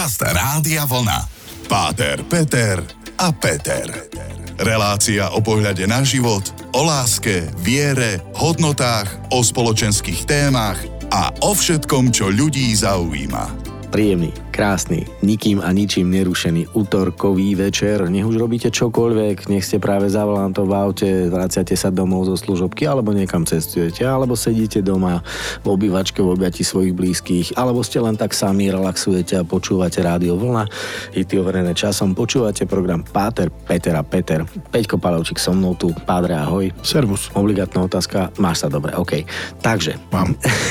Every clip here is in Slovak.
Podcast Rádia Vlna. Páter, Peter a Peter. Relácia o pohľade na život, o láske, viere, hodnotách, o spoločenských témach a o všetkom, čo ľudí zaujíma. Príjemný, krásny, nikým a ničím nerušený utorkový večer. Nech už robíte čokoľvek, nech ste práve za volantom v aute, vraciate sa domov zo služobky, alebo niekam cestujete, alebo sedíte doma v obývačke v objati svojich blízkych, alebo ste len tak sami relaxujete a počúvate Rádio Vlna. Hity overené časom, počúvate program Páter, Peter a Peter. Peťko Palovčík so mnou tu. Pádre, ahoj. Servus. Obligátna otázka. Máš sa dobre, OK. Takže. Mám.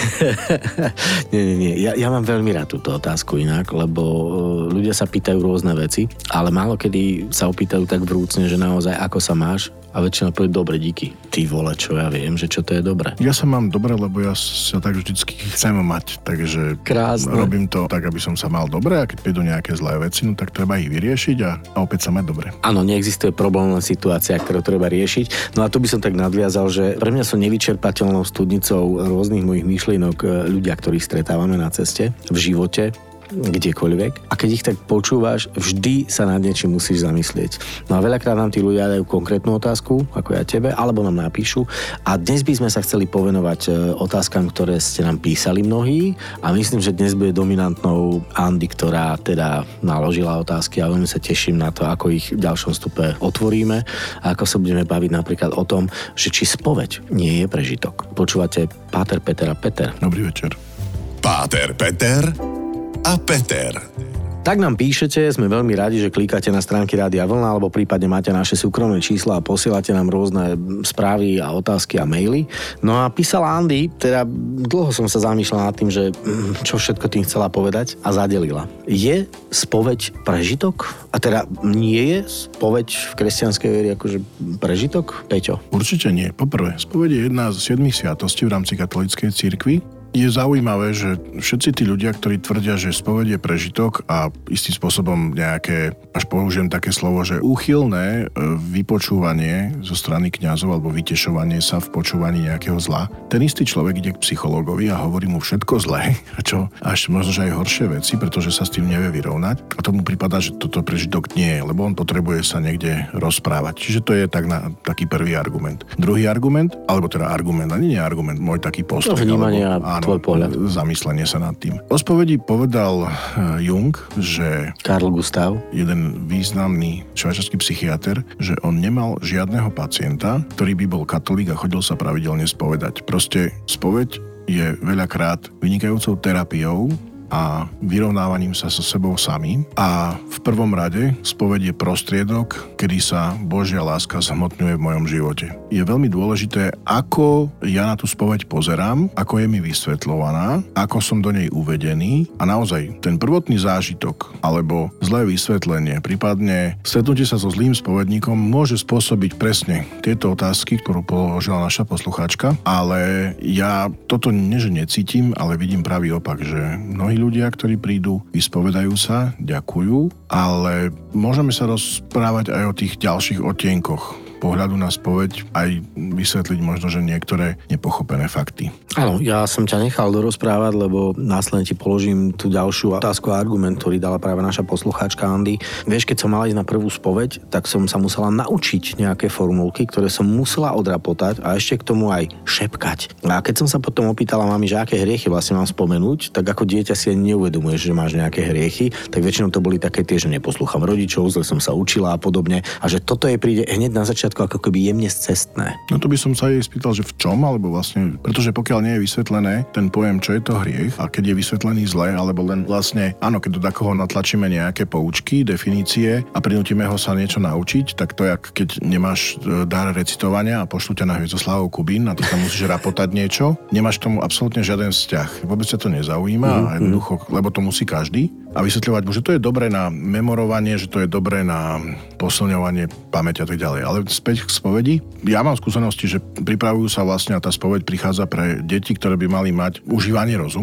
Nie. Ja mám veľmi rád túto otázku inak, lebo ľudia sa pýtajú rôzne veci, ale málo kedy sa opýtajú tak vrúcne, že naozaj ako sa máš, a väčšinou povie dobre, díky. Ty vole, čo ja viem, že čo to je dobre. Ja sa mám dobre, lebo ja sa tak vždycky chcem mať, takže krásne. Robím to tak, aby som sa mal dobre, a keď prídu nejaké zlé veci, no tak treba ich vyriešiť a opäť sa mať dobre. Áno, neexistuje problémna situácia, ktorú treba riešiť. No a tu by som tak nadviazal, že pre mňa sú nevyčerpateľnou studnicou rôznych mojich myšlienok ľudia, ktorých stretávame na ceste, v živote, kdekoľvek. A keď ich tak počúvaš, vždy sa nad niečím musíš zamyslieť. No a veľakrát nám tí ľudia dajú konkrétnu otázku, ako ja tebe, alebo nám napíšu. A dnes by sme sa chceli povenovať otázkam, ktoré ste nám písali mnohí. A myslím, že dnes bude dominantnou Andy, ktorá teda naložila otázky a veľmi sa teším na to, ako ich v ďalšom stupe otvoríme a ako sa budeme baviť napríklad o tom, že či spoveď nie je prežitok. Počúvate Páter, Peter a Peter. Dobrý večer. Páter, Peter a Peter. Tak nám píšete, sme veľmi radi, že klikáte na stránky Rádia Vlna, alebo prípadne máte naše súkromné čísla a posielate nám rôzne správy a otázky a maily. No a písala Andy, teda dlho som sa zamýšľal nad tým, že čo všetko tým chcela povedať a zadelila. Je spoveď prežitok? A teda nie je spoveď v kresťanskej viere akože prežitok? Peťo? Určite nie. Poprvé, spoveď je jedna z 7 sviatostí v rámci katolíckej cirkvi. Je zaujímavé, že všetci tí ľudia, ktorí tvrdia, že spoveď je prežitok a istým spôsobom nejaké, až použijem také slovo, že úchylné vypočúvanie zo strany kňazov alebo vytešovanie sa v počúvaní nejakého zla. Ten istý človek ide k psychológovi a hovorí mu všetko zlé, a čo až možno, že aj horšie veci, pretože sa s tým nevie vyrovnať. A tomu prípada, že toto prežitok nie je, lebo on potrebuje sa niekde rozprávať. Čiže to je taký prvý argument. Druhý argument, alebo teda argument, ani nie argument, môj taký postoj. Vnímanie tvoj pohľad. Zamyslenie sa nad tým. O spovedi povedal Jung, že Carl Gustav, jeden významný švajčiarsky psychiater, že on nemal žiadneho pacienta, ktorý by bol katolík a chodil sa pravidelne spovedať. Proste spoveď je veľakrát vynikajúcou terapiou a vyrovnávaním sa so sebou samým. A v prvom rade spoveď je prostriedok, kedy sa Božia láska zhmotňuje v mojom živote. Je veľmi dôležité, ako ja na tú spoveď pozerám, ako je mi vysvetľovaná, ako som do nej uvedený a naozaj ten prvotný zážitok alebo zlé vysvetlenie, prípadne stretnutie sa so zlým spovedníkom môže spôsobiť presne tieto otázky, ktorú položila naša poslucháčka, ale ja toto nie, že necítim, ale vidím pravý opak, že mnohí ľudia, ktorí prídu, vyspovedajú sa, ďakujú, ale môžeme sa rozprávať aj o tých ďalších odtienkoch pohľadu na spoveď, aj vysvetliť možno, že niektoré nepochopené fakty. Áno, ja som ťa nechal dorozprávať, lebo následne ti položím tú ďalšiu otázku a argument, ktorý dala práve naša poslucháčka Andy. Vieš, keď som mala ísť na prvú spoveď, tak som sa musela naučiť nejaké formulky, ktoré som musela odrapotať a ešte k tomu aj šepkať. A keď som sa potom opýtala mami, že aké hriechy vlastne mám spomenúť, tak ako dieťa si ani neuvedomuješ, že máš nejaké hriechy, tak väčšinou to boli také tie, že neposlúcham rodičov, zle som sa učila a podobne, a že toto je príde hneď na začiatku ako keby jemne scestné. No to by som sa jej spýtal, že v čom, alebo vlastne, pretože pokiaľ nie je vysvetlené ten pojem, čo je to hriech, a keď je vysvetlený zle, alebo len vlastne, áno, keď do takoho natlačíme nejaké poučky, definície a prinútime ho sa niečo naučiť, tak to jak keď nemáš dar recitovania a pošlu ťa na Hviezdoslavov Kubín a ty tam musíš rapotať niečo, nemáš k tomu absolútne žiaden vzťah. Vôbec sa to nezaujíma a jednoducho, lebo to musí každý. A vysvetľovať mu, že to je dobré na memorovanie, že to je dobré na posilňovanie pamäti a tak ďalej. Ale späť k spovedi. Ja mám skúsenosti, že pripravujú sa vlastne a tá spoveď prichádza pre deti, ktoré by mali mať užívanie rozumu.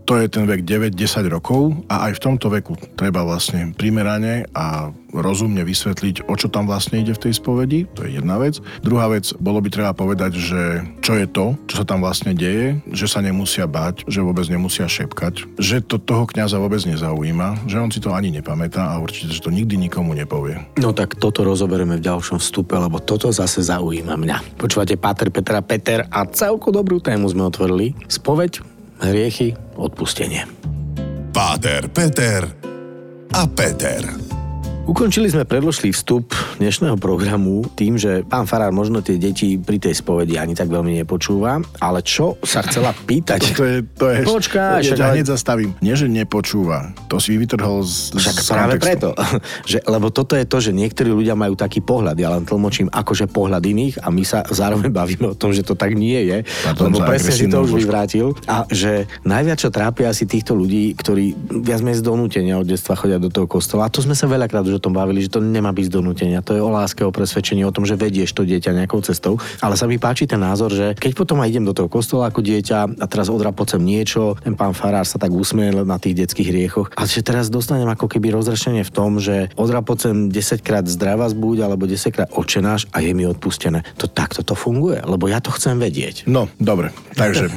to je ten vek 9-10 rokov a aj v tomto veku treba vlastne primerane a rozumne vysvetliť, o čo tam vlastne ide v tej spovedi. To je jedna vec. Druhá vec, bolo by treba povedať, že čo je to, čo sa tam vlastne deje, že sa nemusia báť, že vôbec nemusia šepkať, že to toho kňaza vôbec nezaujíma, že on si to ani nepamätá a určite, že to nikdy nikomu nepovie. No tak toto rozoberieme v ďalšom vstupe, lebo toto zase zaujíma mňa. Počúvate Páter, Peter a Peter a celku dobrú tému sme otvorili. Spoveď, hriechy, odpustenie. Páter, Peter a Peter. Ukončili sme predložlý vstup dnešného programu tým, že pán farár možno tie deti pri tej spovedi ani tak veľmi nepočúva, ale čo sa chcela pýtať? To je Počkaj, ja hneď zastavím. Nie, že nepočúva. To si vytrhol z práve preto. Lebo toto je to, že niektorí ľudia majú taký pohľad. Ja len tlmočím akože pohľad iných a my sa zároveň bavíme o tom, že to tak nie je. Lebo presne si to už vyvrátil. A že najviac čo trápia asi týchto ľudí, ktorí viac menej z donútenia od detstva chodia do toho kostola. A to sme sa veľakrát už o tom bavili, že to nemá byť z donútenia. To je o láske, o presvedčení, o tom, že vedieš to dieťa nejakou cestou. Ale sa mi páči ten názor, že keď potom aj idem do toho kostola ako dieťa a teraz odrapocem niečo, ten pán farár sa tak usmieje na tých detských hriechoch. A že teraz dostanem ako keby rozrešenie v tom, že odrapocem 10-krát zdravá zbuď alebo 10-krát Otčenáš a je mi odpustené. To takto to funguje, lebo ja to chcem vedieť. No, dobre. Takže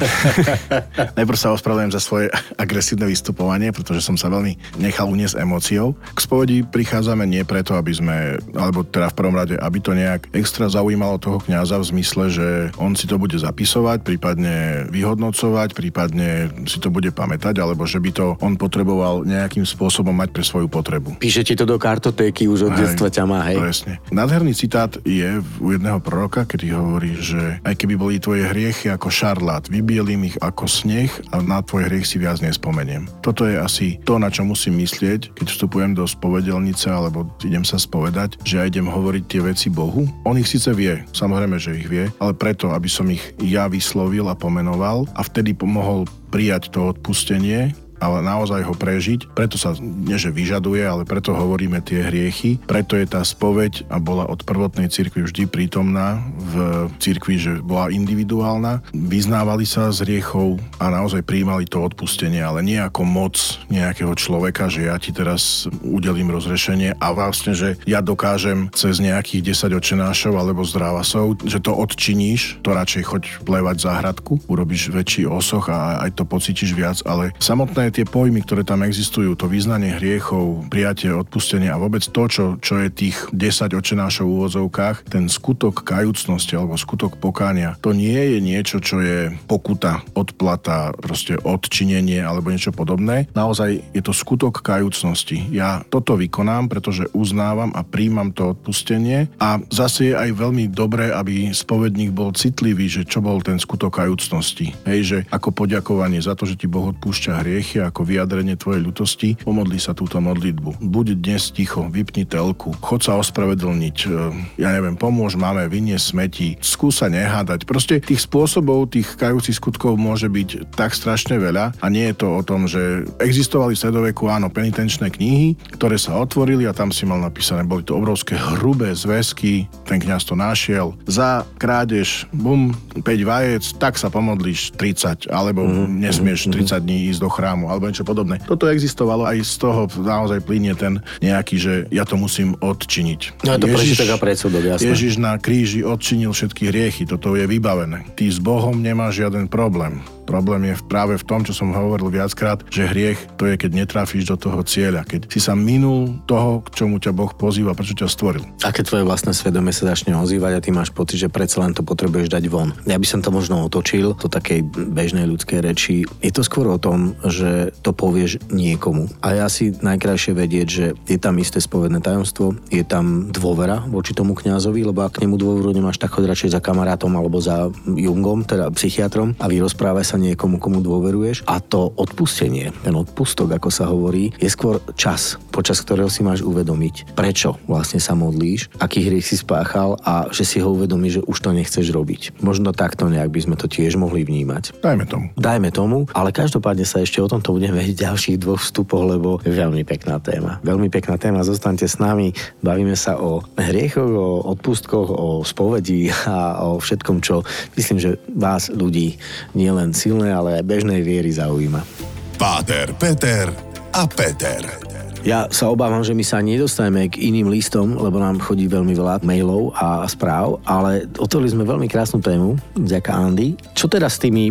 najprv sa ospravedlňujem za svoje agresívne vystupovanie, pretože som sa veľmi nechal uniesť emóciou. K spovedi prichádzame nie preto, aby sme, alebo teda v prvom rade, aby to nejak extra zaujímalo toho kňaza v zmysle, že on si to bude zapisovať, prípadne vyhodnocovať, prípadne si to bude pamätať, alebo že by to on potreboval nejakým spôsobom mať pre svoju potrebu. Píše ti to do kartotéky už od detstva ťa má, hej? Presne. Nádherný citát je u jedného proroka, kedy hovorí, že aj keby boli tvoje hriechy ako šarlát, vybielím ich ako sneh a na tvoj hriech si viac nespomeniem. Toto je asi to, na čo musím myslieť, keď vstupujem do spovedelnice alebo idem sa spovedať, že ja idem hovoriť tie veci Bohu. On ich síce vie, samozrejme, že ich vie, ale preto, aby som ich ja vyslovil a pomenoval a vtedy pomohol prijať to odpustenie, ale naozaj ho prežiť. Preto sa nie že vyžaduje, ale preto hovoríme tie hriechy. Preto je tá spoveď a bola od prvotnej cirkvi vždy prítomná v cirkvi, že bola individuálna. Vyznávali sa z hriechov a naozaj prijímali to odpustenie, ale nie ako moc nejakého človeka, že ja ti teraz udelím rozrešenie a vlastne, že ja dokážem cez nejakých 10 otčenášov alebo zdravasov, že to odčiníš, to radšej choď plevať v záhradku, urobíš väčší osoch a aj to pocítiš viac, ale samotné tie pojmy, ktoré tam existujú, to vyznanie hriechov, prijatie, odpustenie a vôbec to, čo je tých 10 otčenášov v úvodzovkách, ten skutok kajúcnosti alebo skutok pokánia, to nie je niečo, čo je pokuta, odplata, proste odčinenie alebo niečo podobné. Naozaj je to skutok kajúcnosti. Ja toto vykonám, pretože uznávam a príjmam to odpustenie a zase je aj veľmi dobré, aby spovedník bol citlivý, že čo bol ten skutok kajúcnosti. Hej, že ako poďakovanie za to, že ti Boh odpúšťa hriechy, ako vyjadrenie tvojej ľutosti, pomodli sa túto modlitbu. Buď dnes ticho, vypni telku, chod sa ospravedlniť, ja neviem, pomôž mame, vyniesť smeti, skúsa nehádať. Proste tých spôsobov, tých kajúcich skutkov môže byť tak strašne veľa a nie je to o tom, že existovali v stredoveku, áno, penitenčné knihy, ktoré sa otvorili a tam si mal napísané, boli to obrovské hrubé zväzky, ten kňaz to našiel, za krádež, 5 vajec, tak sa pomodlíš 30, alebo nesmieš 30 dní ísť do chrámu, alebo niečo podobné. Toto existovalo, aj z toho naozaj plynie ten nejaký, že ja to musím odčiniť. No je to prežitok a predsudok, jasné. Ježiš na kríži odčinil všetky hriechy, toto je vybavené. Ty s Bohom nemáš žiaden problém. Problém je práve v tom, čo som hovoril viackrát, že hriech to je, keď netrafíš do toho cieľa, keď si sa minul toho, k čomu ťa Boh pozýva, prečo ťa stvoril. A keď tvoje vlastné svedomie sa začne ozývať a ty máš pocit, že predsa len to potrebuješ dať von. Ja by som to možno otočil do takej bežnej ľudskej reči. Je to skôr o tom, že to povieš niekomu. A ja si najkrajšie vedieť, že je tam isté spovedné tajomstvo, je tam dôvera voči tomu kňazovi, lebo ak k nemu dôveru nemáš, tak choď radšej za kamarátom alebo za Jungom, teda psychiatrom a vyrozprávaj sa niekomu, komu dôveruješ. A to odpustenie, ten odpustok, ako sa hovorí, je skôr čas, počas ktorého si máš uvedomiť, prečo vlastne sa modlíš, aký hriech si spáchal a že si ho uvedomíš, že už to nechceš robiť. Možno takto nejak by sme to tiež mohli vnímať. Dajme tomu, ale každopádne sa ešte o tomto budeme vedieť ďalších 2 vstupoch, lebo je veľmi pekná téma. Veľmi pekná téma, zostaňte s nami, bavíme sa o hriechoch, o odpustkoch, o spovedi a o všetkom, čo myslím, že vás ľudí nielen silné, ale aj bežnej viery zaujíma. Páter, Peter a Peter. Ja sa obávam, že my sa nedostaneme k iným listom, lebo nám chodí veľmi veľa mailov a správ, ale otvorili sme veľmi krásnu tému, vďaka Andy. Čo teda s tými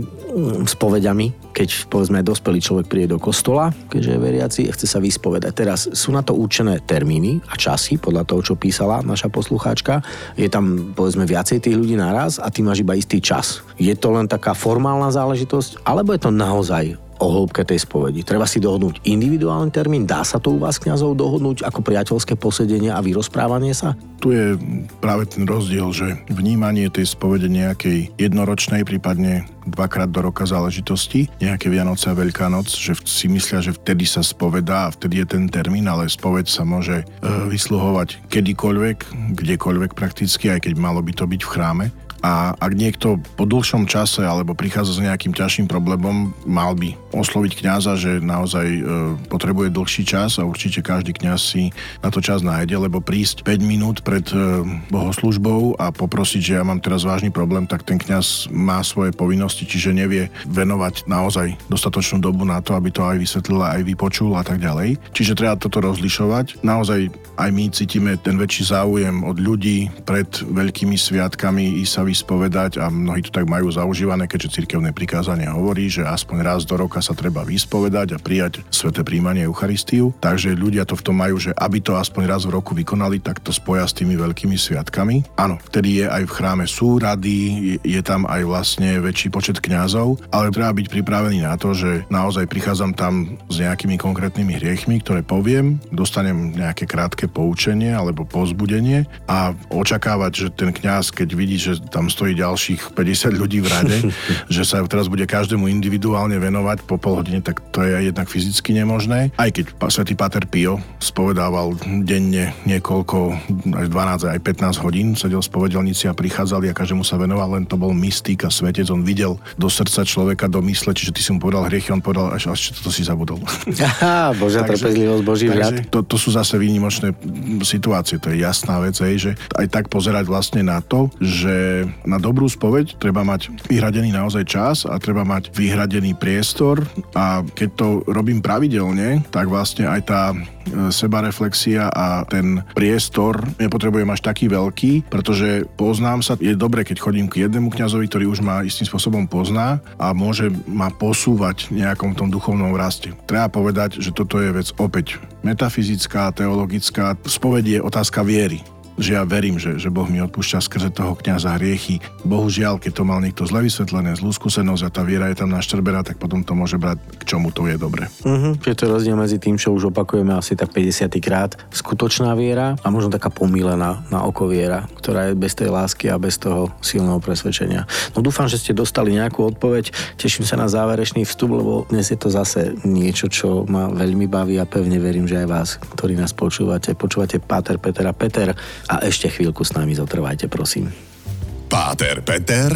spoveďami, keď povedzme dospelý človek príde do kostola, keďže je veriaci a chce sa vyspovedať. Teraz sú na to určené termíny a časy, podľa toho, čo písala naša poslucháčka. Je tam povedzme viacej tých ľudí naraz a ty máš iba istý čas. Je to len taká formálna záležitosť, alebo je to naozaj o hĺbke tej spovedi? Treba si dohodnúť individuálny termín? Dá sa to u vás, kňazov, dohodnúť ako priateľské posedenie a vyrozprávanie sa? Tu je práve ten rozdiel, že vnímanie tej spovede nejakej jednoročnej, prípadne dvakrát do roka záležitosti, nejaké Vianoce a Veľká noc, že si myslia, že vtedy sa spovedá a vtedy je ten termín, ale spoveď sa môže vysluhovať kedykoľvek, kdekoľvek prakticky, aj keď malo by to byť v chráme. A ak niekto po dlhšom čase alebo prichádza s nejakým ťažším problémom, mal by osloviť kňaza, že naozaj potrebuje dlhší čas a určite každý kňaz si na to čas nájde, lebo prísť 5 minút pred bohoslužbou a poprosiť, že ja mám teraz vážny problém, tak ten kňaz má svoje povinnosti, čiže nevie venovať naozaj dostatočnú dobu na to, aby to aj vysvetlil, aj vypočul a tak ďalej. Čiže treba toto rozlišovať. Naozaj aj my cítime ten väčší záujem od ľudí pred veľkými sviatkami i sa vyspovedať a mnohí to tak majú zaužívané, keďže cirkevné prikázanie hovorí, že aspoň raz do roka sa treba vyspovedať a prijať sväté príjmanie Eucharistiu. Takže ľudia to v tom majú, že aby to aspoň raz v roku vykonali, tak to spoja s tými veľkými sviatkami. Áno, vtedy je aj v chráme súrady, je tam aj vlastne väčší počet kňazov, ale treba byť pripravený na to, že naozaj prichádzam tam s nejakými konkrétnymi hriechmi, ktoré poviem, dostanem nejaké krátke poučenie alebo povzbudenie a očakávať, že ten kňaz, keď vidí, že tam stojí ďalších 50 ľudí v rade, že sa teraz bude každému individuálne venovať po pol hodine, tak to je jednak fyzicky nemožné. Aj keď svätý páter Pio spovedával denne niekoľko, aj 12, aj 15 hodín, sedel v spovedelnici a prichádzali a každému sa venoval, len to bol mystik a svetec, on videl do srdca človeka, do mysle, čiže ty si mu povedal hriechy, on povedal, až toto si zabudol. Aha, Božia trpezlivosť, Boží vľad. To sú zase výnimočné situácie, to je jasná vec, že aj tak pozerať vlastne na to, že na dobrú spoveď treba mať vyhradený naozaj čas a treba mať vyhradený priestor a keď to robím pravidelne, tak vlastne aj tá sebareflexia a ten priestor nepotrebujem až taký veľký, pretože poznám sa, je dobre, keď chodím k jednému kňazovi, ktorý už ma istým spôsobom pozná a môže ma posúvať v nejakom tom duchovnom raste. Treba povedať, že toto je vec opäť metafyzická, teologická, spoveď je otázka viery. Že ja verím, že Boh mi odpúšťa skrze toho kňaza hriechy. Bohužiaľ, keď to mal niekto zle vysvetlené, zlú skúsenosť a tá viera je tam naštrbená, tak potom to môže brať, k čomu to je dobre. Čiže to je rozdiel medzi tým, čo už opakujeme asi tak 50 krát, skutočná viera a možno taká pomílená na oko viera, ktorá je bez tej lásky a bez toho silného presvedčenia. No dúfam, že ste dostali nejakú odpoveď. Teším sa na záverečný vstup, lebo dnes je to zase niečo, čo ma veľmi baví a pevne verím, že aj vás, ktorí nás počúvate, Páter, Peter a Peter. A ešte chvíľku s nami zotrvajte, prosím. Páter, Peter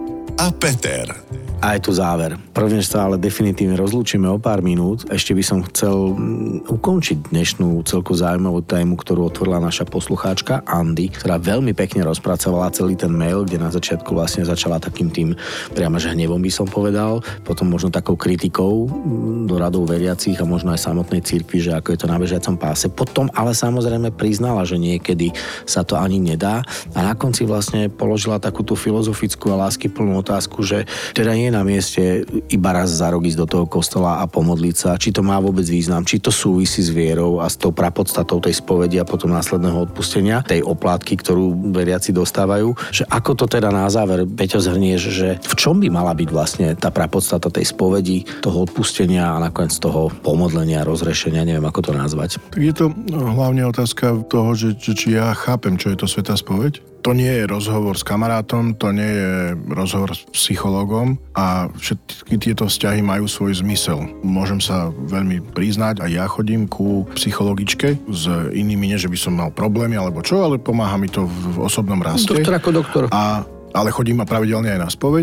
a Peter. A je tu záver. Prvne sa ale definitívne rozlúčime o pár minút. Ešte by som chcel ukončiť dnešnú celku zaujímavú tému, ktorú otvorila naša poslucháčka Andy, ktorá veľmi pekne rozpracovala celý ten mail, kde na začiatku vlastne začala takým tým priamo že hnevom by som povedal, potom možno takou kritikou do radov veriacich a možno aj samotnej cirkvi, že ako je to na bežiacom páse. Potom ale samozrejme priznala, že niekedy sa to ani nedá a na konci vlastne položila takúto filozofickú a láskyplnú otázku, že teda nie je na mieste iba raz za rok ísť do toho kostola a pomodliť sa, či to má vôbec význam, či to súvisí s vierou a s tou prapodstatou tej spovedi a potom následného odpustenia, tej oplátky, ktorú veriaci dostávajú, že ako to teda na záver, Peťo, zhrnieš, že v čom by mala byť vlastne tá prapodstata tej spovedi, toho odpustenia a nakoniec toho pomodlenia, rozrešenia, neviem ako to nazvať. Tak je to hlavne otázka toho, že či ja chápem, čo je to svätá spoveď. To nie je rozhovor s kamarátom, to nie je rozhovor s psychológom a všetky tieto vzťahy majú svoj zmysel. Môžem sa veľmi priznať, a ja chodím ku psychologičke s inými, nie že by som mal problémy alebo čo, ale pomáha mi to v osobnom raste. Doktor ako doktor. Ale chodím pravidelne aj na spoveď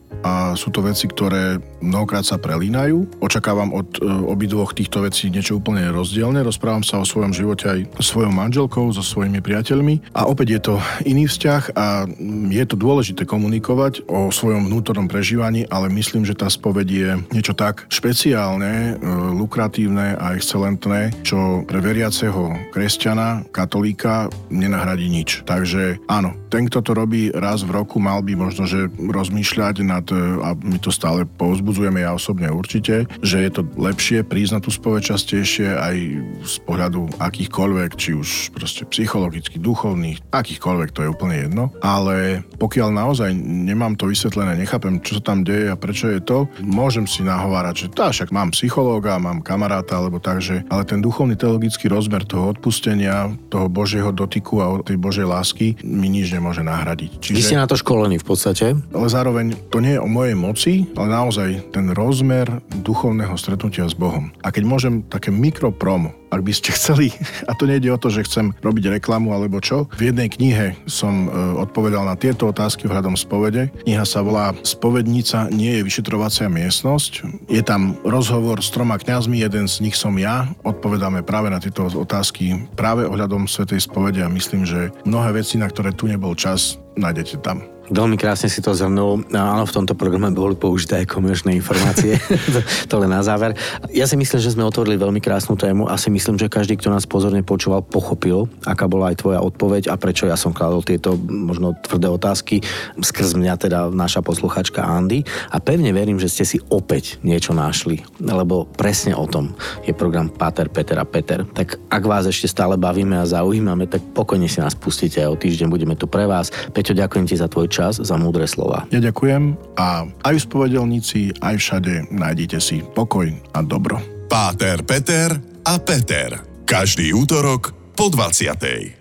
a sú to veci, ktoré mnohokrát sa prelínajú. Očakávam od obidvoch týchto vecí niečo úplne rozdielne. Rozprávam sa o svojom živote aj so svojou manželkou, so svojimi priateľmi a opäť je to iný vzťah a je to dôležité komunikovať o svojom vnútornom prežívaní, ale myslím, že tá spoveď je niečo tak špeciálne, lukratívne a excelentné, čo pre veriaceho kresťana, katolíka nenahradí nič. Takže áno, ten, kto to robí raz v roku, mal by možno, že rozmýšľať nad, a my to stále povzbudzujeme, ja osobne určite, že je to lepšie prísť na tú spoveď častejšie aj z pohľadu akýchkoľvek, či už proste psychologických, duchovných, akýchkoľvek, to je úplne jedno. Ale pokiaľ naozaj nemám to vysvetlené, nechápem, čo sa tam deje a prečo je to, môžem si nahovárať, že však mám psychológa, mám kamaráta, alebo takže, ale ten duchovný teologický rozmer toho odpustenia, toho Božieho dotyku a tej Božej lásky mi nič nemôže nahradiť. Vy ste na to školení v podstate? Ale zároveň to nie je o mojej moci, ale naozaj ten rozmer duchovného stretnutia s Bohom. A keď môžem také mikropromo, ak by ste chceli, a to nejde o to, že chcem robiť reklamu alebo čo, v jednej knihe som odpovedal na tieto otázky ohľadom spovede. Kniha sa volá Spovednica nie je vyšetrovacia miestnosť. Je tam rozhovor s 3 kňazmi, jeden z nich som ja. Odpovedáme práve na tieto otázky práve ohľadom svätej spovede a myslím, že mnohé veci, na ktoré tu nebol čas, nájdete tam. Veľmi krásne si to zhrnul. Áno, v tomto programe boli použité aj komerčné informácie. To len na záver. Ja si myslím, že sme otvorili veľmi krásnu tému a si myslím, že každý, kto nás pozorne počúval, pochopil, aká bola aj tvoja odpoveď a prečo ja som kladol tieto možno tvrdé otázky skrz mňa, teda naša posluchačka Andy. A pevne verím, že ste si opäť niečo našli, lebo presne o tom je program Páter, Peter a Peter. Tak ak vás ešte stále bavíme a zaujímame, tak pokojne si nás pustíte a o týždeň budeme tu pre vás. Peťo, ďakujem ti za tvoj čas, za múdre slova. Ja ďakujem a aj v spovedelnici, aj všade nájdete si pokoj a dobro. Páter, Peter a Peter. Každý útorok po 20:00.